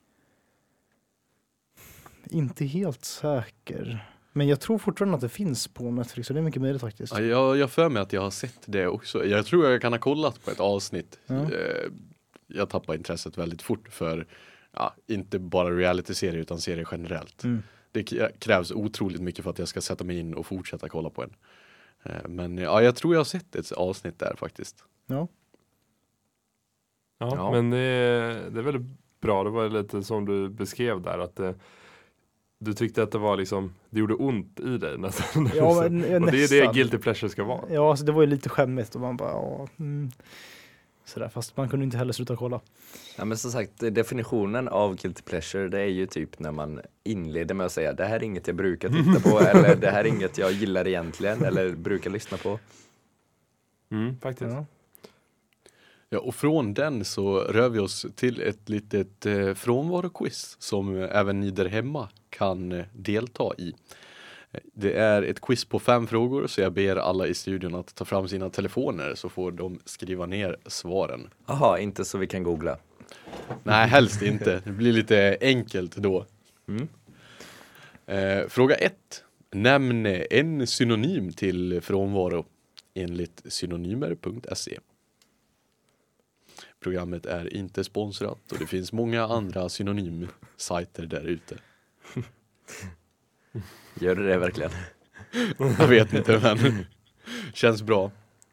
Inte helt säker. Men jag tror fortfarande att det finns på Netflix, så det är mycket möjligt faktiskt. Ja, jag för mig att jag har sett det också. Jag tror jag kan ha kollat på ett avsnitt. Ja. Jag tappar intresset väldigt fort för inte bara reality-serier utan serier generellt. Mm. Det krävs otroligt mycket för att jag ska sätta mig in och fortsätta kolla på en. Men jag tror jag har sett ett avsnitt där faktiskt. Ja. Ja, Ja. men det är väldigt bra. Det var lite som du beskrev där, att du tyckte att det var liksom, det gjorde ont i dig nästan. Ja, Så- men, och det är nästan. det guilty pleasure ska vara. Ja, alltså det var ju lite skämmigt och man bara, sådär, fast man kunde inte heller sluta kolla. Ja, men som sagt, definitionen av guilty pleasure, det är ju typ när man inleder med att säga det här är inget jag brukar titta på eller det här är inget jag gillar egentligen eller brukar lyssna på. Faktiskt. Ja. Ja, och från den så rör vi oss till ett litet frånvaroquiz som även ni där hemma kan delta i. Det är ett quiz på 5 frågor, så jag ber alla i studion att ta fram sina telefoner så får de skriva ner svaren. Jaha, inte så vi kan googla. Nej, helst inte. Det blir lite enkelt då. Mm. Fråga 1. Nämn en synonym till frånvaro enligt synonymer.se. Programmet är inte sponsrat och det finns många andra synonymsajter där ute. Gör det verkligen? Jag vet inte, men känns bra.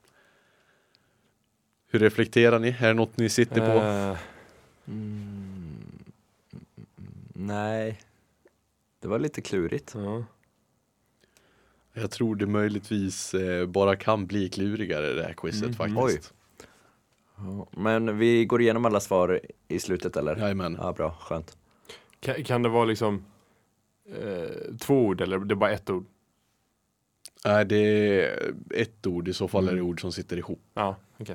Hur reflekterar ni? Är det något ni sitter på? Nej, det var lite klurigt. Ja. Jag tror det möjligtvis bara kan bli klurigare det här quizet faktiskt. Ja, men vi går igenom alla svar i slutet eller? Jajamän. Ja, bra, skönt. Kan det vara liksom 2 ord eller det är bara 1 ord? Nej, det är ett ord. I så fall är det ord som sitter ihop. Ja, okej.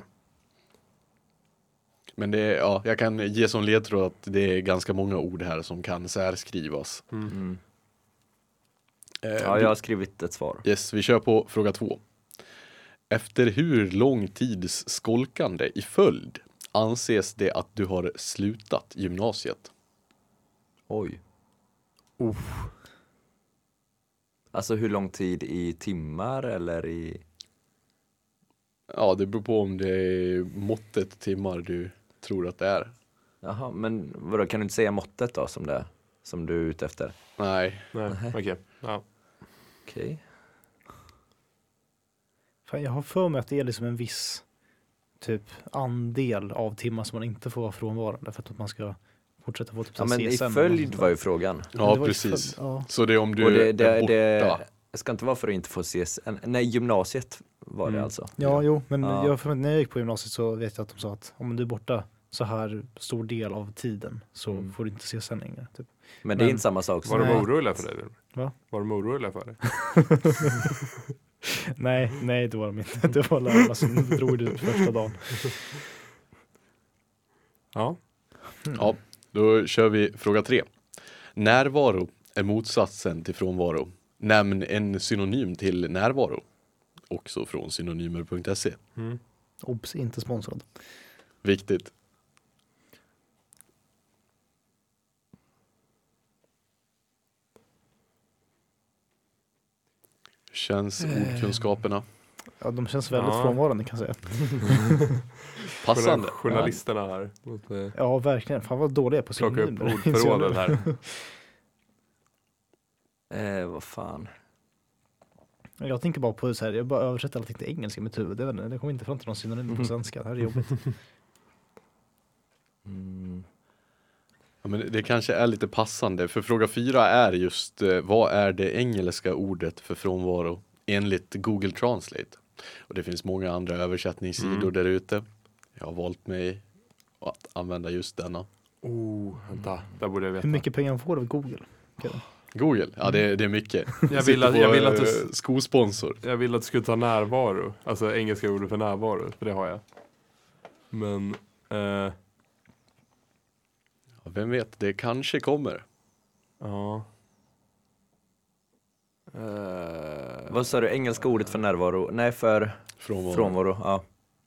Men det är, jag kan ge som ledtråd att det är ganska många ord här som kan särskrivas. Mm. Eh, Ja, jag har skrivit ett svar. Yes, vi kör på fråga 2. Efter hur lång tids skolkande i följd anses det att du har slutat gymnasiet? Oj. Alltså hur lång tid i timmar eller i... Ja, det beror på om det är måttet timmar du tror att det är. Jaha, men vadå, kan du inte säga måttet då som du är ute efter? Nej, Nej, okej. Ja. Okej. Fan, jag har för mig att det är liksom en viss typ andel av timmar som man inte får vara frånvarande för att man ska fortsätta få typ Ja, men i CSN eller följd något var ju sånt frågan. där. ja Det var ju precis. följd, ja. Så det är om du Och är borta. det ska inte vara för att inte få CSN. Nej, gymnasiet var det alltså. Ja, jo, men Ja. jag, för när jag gick på gymnasiet så vet jag att de sa att om du är borta så här stor del av tiden så får du inte CSN längre. Typ. Men det är Men- inte samma sak Var som... de Nej. oroliga för dig? Va? Var de oroliga för dig? Nej, det var de inte. Det var lärarna som drog det första dagen. Ja. Ja, då kör vi fråga 3. Närvaro är motsatsen till frånvaro. Nämn en synonym till närvaro. Också från synonymer.se. Obs, inte sponsrad. Viktigt. Känns ordkunskaperna Ja, de känns väldigt Ja. frånvarande kan jag säga. passande? Journalisterna här. Måste Ja, verkligen. Fan vad dåliga på plocka upp synonymer. ordförråden här. Vad fan. Jag tänker bara på så här, jag bara översätter allting till engelska i mitt huvud. Det kommer inte fram till någon synonym på svenska. Det här är jobbigt. Ja, men det kanske är lite passande. För fråga 4 är just vad är det engelska ordet för frånvaro enligt Google Translate? Och det finns många andra översättningssidor där ute. Jag har valt mig att använda just denna. Vänta, där borde jag veta. Hur mycket pengar får du av Google? Google, ja det är mycket. Jag vill att du skosponsor. Jag vill att du skulle ta närvaro. Alltså engelska ordet för närvaro. För det har jag. Men Ja, vem vet, det kanske kommer. ja. Vad sa du, engelska ordet för närvaro? Nej, för... Frånvaro, ja.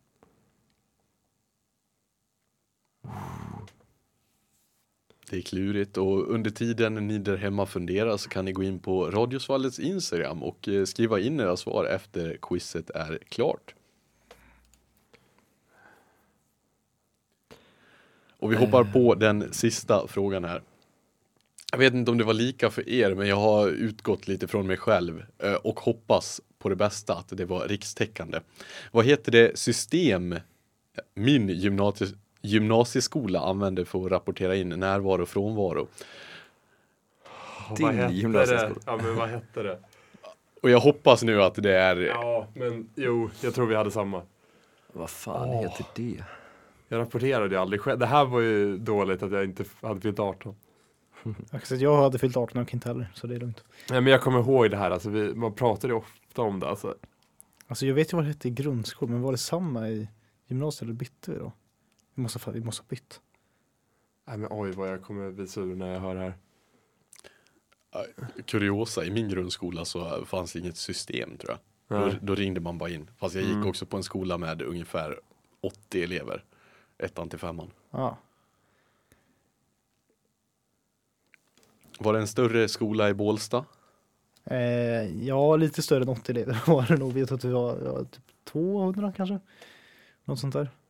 Det är klurigt och under tiden ni där hemma funderar så kan ni gå in på Radiosvallets Instagram och skriva in era svar efter quizet är klart. Och vi hoppar på den sista frågan här. Jag vet inte om det var lika för er, men jag har utgått lite från mig själv och hoppas på det bästa att det var rikstäckande. Vad heter det system min gymnasieskola använder för att rapportera in närvaro och frånvaro? Din gymnasieskola. Ja, men vad hette det? Och jag hoppas nu att det är... Ja, men jo, jag tror vi hade samma. Vad fan heter det? Jag rapporterade ju aldrig själv. Det här var ju dåligt att jag inte hade fyllt 18. Jag hade fyllt 18 och inte heller, så det är lugnt. Nej, men jag kommer ihåg det här. Alltså, man pratade ofta om det. Alltså jag vet ju vad det hette i grundskolan, men var det samma i gymnasiet eller bytte vi då? Vi måste ha bytt. Nej, men oj vad jag kommer visa ur när jag hör det här. Kuriosa, i min grundskola så fanns det inget system tror jag. Då ringde man bara in. Fast jag gick också på en skola med ungefär 80 elever. 1:an till 5:an. Ja. Var det en större skola i Bålsta? Ja, lite större än 80 elever var det nog. Vet att det var typ 200 kanske. Något sånt där.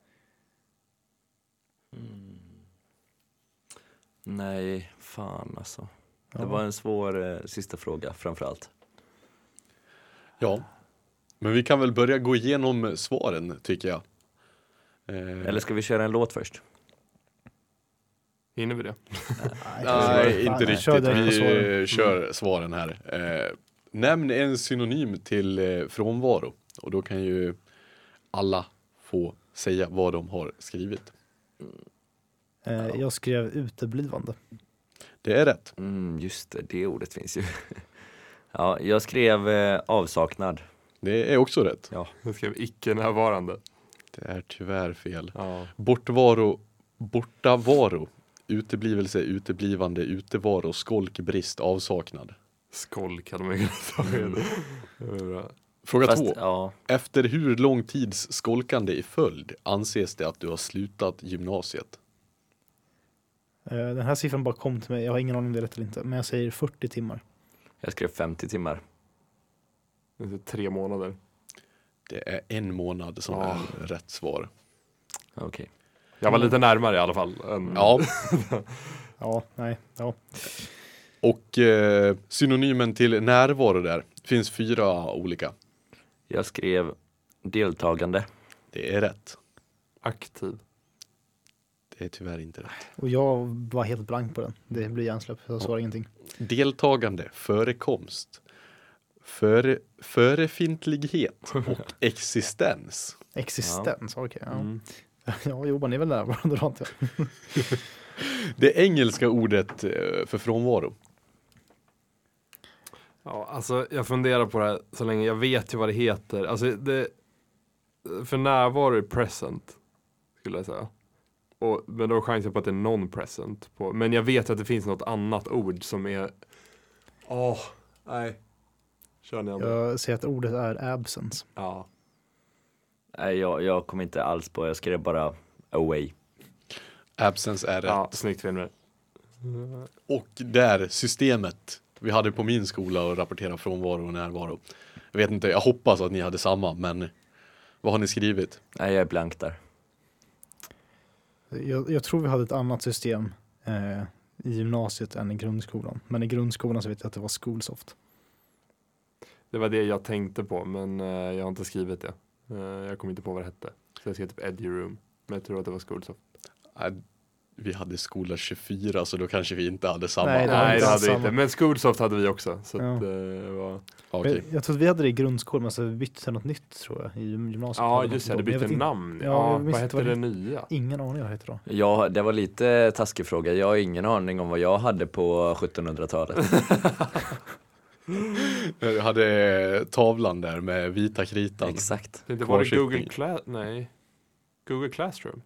Nej, fan alltså. Ja. Det var en svår sista fråga framförallt. Ja. Men vi kan väl börja gå igenom svaren tycker jag. Eller ska vi köra en låt först? Hinner vi det? Nej, inte riktigt. Vi svaren. kör svaren här. Nämn en synonym till frånvaro. Och då kan ju alla få säga vad de har skrivit. Jag skrev uteblivande. Det är rätt. Just det ordet finns ju. Ja, jag skrev avsaknad. Det är också rätt. Ja. Jag skrev icke-närvarande. Det är tyvärr fel. Ja. Bortavaro. Uteblivelse, uteblivande, utevaro, skolk, brist, avsaknad. Skolk hade man ju kunnat ta. Fråga 2. Ja, Efter hur lång tids skolkande i följd anses det att du har slutat gymnasiet? Den här siffran bara kom till mig. Jag har ingen aning om det är rätt eller inte. Men jag säger 40 timmar. jag skrev 50 timmar. Det är 3 månader. Det är 1 månad som är rätt svar. Okej. Jag var lite närmare i alla fall. Ja. Ja, nej, ja. Och synonymen till närvaro där finns 4 olika. Jag skrev deltagande. Det är rätt. Aktiv. Det är tyvärr inte rätt. Och jag var helt blank på den. Det blir hjärnsläpp. Jag svarar ingenting. Deltagande, förekomst, förefintlighet och existens. Existens, okej. Ja. Ja, jo, man är väl närvarande då antar jag. Det engelska ordet för frånvaro. Ja, alltså jag funderar på det här så länge. Jag vet ju vad det heter. Alltså för närvaro är present, skulle jag säga. Men då är chansen på att det är non-present. Men jag vet att det finns något annat ord som är... nej. Kör ni andra. Jag säger att ordet är absence. Ja. Nej, jag kom inte alls på. Jag skrev bara away. Absence är rätt. Ja, snyggt Finner. Och där systemet vi hade på min skola att rapportera frånvaro och närvaro. Jag vet inte, jag hoppas att ni hade samma, men vad har ni skrivit? Nej, jag är blank där. Jag tror vi hade ett annat system i gymnasiet än i grundskolan. Men i grundskolan så vet jag att det var Schoolsoft. Det var det jag tänkte på, men jag har inte skrivit det. Jag kom inte på vad det hette. Så jag skrev typ EduRoom. Men jag tror att det var Schoolsoft. Vi hade skola 24, så då kanske vi inte hade samma. Nej, Nej, det hade vi samma. inte. Men Schoolsoft hade vi också. Så Ja. att, det var... Okej. Jag tror att vi hade det i grundskolan, men så vi bytte till något nytt tror jag i gymnasiet. Ja, just det. Det Jag bytte vet inte. namn. Ja, Ja, jag minns vad inte hette vad det nya? Ingen aning vad det heter då. Ja, det var lite taskig fråga. Jag har ingen aning om vad jag hade på 1700-talet. Jag hade tavlan där med vita kritan. Exakt. Det var det Kvarsittning. Google Classroom?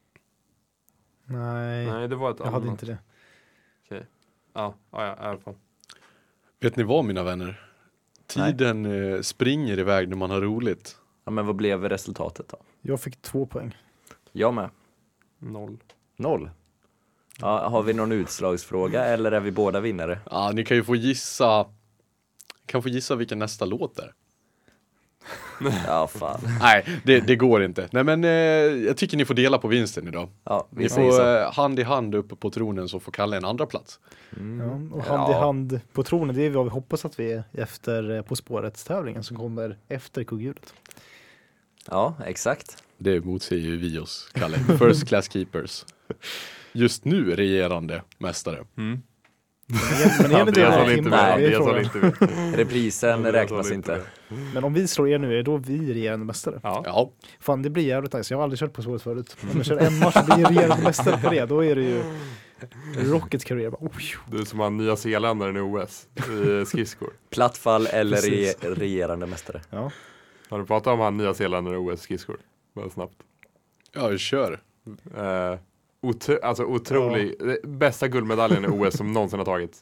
Nej, Nej, det var ett jag annat. hade inte det. Ja, i alla fall. Vet ni vad mina vänner? Tiden springer iväg när man har roligt. Ja, men vad blev resultatet då? Jag fick 2 poäng. Jag med. 0. Ja, har vi någon utslagsfråga eller är vi båda vinnare? Ja, ni kan ju få gissa. Kan få gissa vilken nästa låt är. Ja, fan. Nej, det går inte. Nej, men jag tycker ni får dela på vinsten idag. Ja, Ni vi säger får så. hand i hand uppe på tronen, så får Kalle en andra plats. Ja, och hand i hand på tronen, det är vad vi hoppas att vi är efter På spåret-tävlingen som kommer efter kugghjulet. Ja, exakt. Det motsäger ju vi oss, Kalle. First class keepers. Just nu regerande mästare. Mm. Men är det Andreas det håller inte med. det är Andreas håller frågan. inte med. Reprisen Andreas räknas håller inte. med. Men om vi slår er nu, är då vi regerande mästare? Ja. Ja, Fan, det blir jävligt nice. Jag har aldrig kört På spåret förut. Om jag kör en match och blir regerande mästare på det, då är det ju Rockets karriär. Bara, Du som har nya zeeländaren i OS i skridskor. Plattfall eller Precis. regerande mästare. Ja. Har du pratat om han nya zeeländaren i OS skridskor? Bara snabbt. ja, kör. Alltså otrolig, bästa guldmedaljen i OS som någonsin har tagits.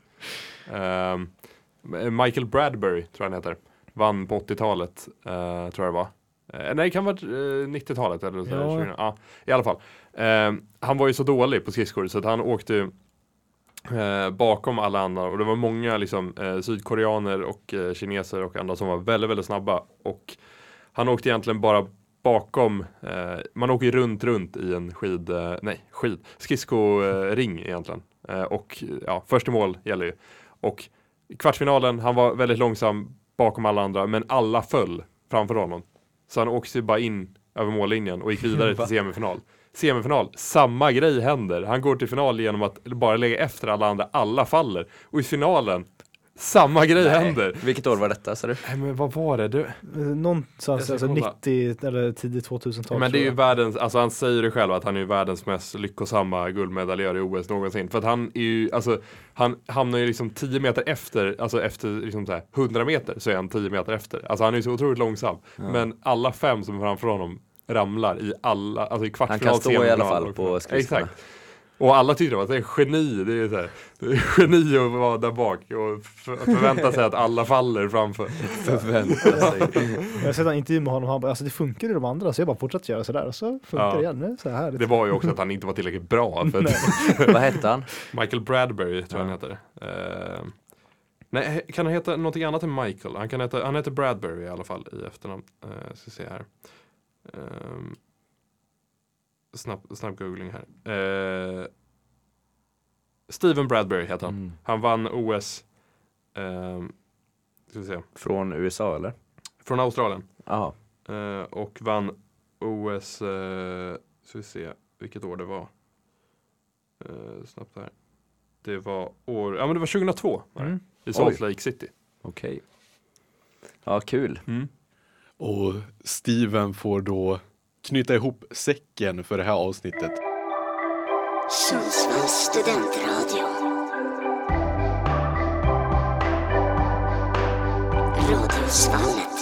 Michael Bradbury tror jag han heter. Vann på 80-talet, tror jag det var. Nej, det kan vara 90-talet eller så. Ja. Ja, i alla fall. Han var ju så dålig på skridskor så att han åkte bakom alla andra, och det var många liksom, sydkoreaner och kineser och andra som var väldigt, väldigt snabba, och han åkte egentligen bara bakom, man åker ju runt i en skridskoring egentligen, och ja, första mål gäller ju, och i kvartsfinalen, han var väldigt långsam bakom alla andra, men alla föll framför honom, så han åkte bara in över mållinjen och gick vidare till semifinal, samma grej händer. Han går till final genom att bara lägga efter alla andra, alla faller. Och i finalen, samma grej händer. Vilket år var detta, sa du? Nej, men vad var det? Du? Någonstans alltså 90 eller tidigt 2000-tal. Men det är ju världens, alltså han säger det själv att han är ju världens mest lyckosamma guldmedaljör i OS någonsin. För att han är ju, alltså han hamnar ju liksom 10 meter efter, alltså efter liksom så här 100 meter så är han 10 meter efter. Alltså han är ju så otroligt långsam. Ja. Men alla 5 som är framför honom ramlar i alla, alltså i kvartsfinal. Han kan stå i alla fall på skridskorna. Exakt. Och alla tycker att det är geni, det är så här, det är geni att vara där bak och förvänta sig att alla faller framför. Förvänta sig. Jag har sett en intervju med honom och han bara, alltså det funkar i de andra, så jag bara fortsätter göra sådär och så funkar det igen nu, så här. Det var ju också att han inte var tillräckligt bra. För Vad hette han? Michael Bradbury tror jag han heter. Nej, kan han heta någonting annat än Michael? Han heter Bradbury i alla fall i efternamn. Ska se här. Snabb googling här. Steven Bradbury heter han. Han vann OS. Ska vi se. Från USA eller? Från Australien. Jaha. Och vann OS. Ska vi se vilket år det var. Snabbt här. Det var men det var 2002 i Salt Lake City. Okej. Ja, kul. Och Steven får då knyta ihop säcken för det här avsnittet. Sundsvalls studentradio. Radiosvallet.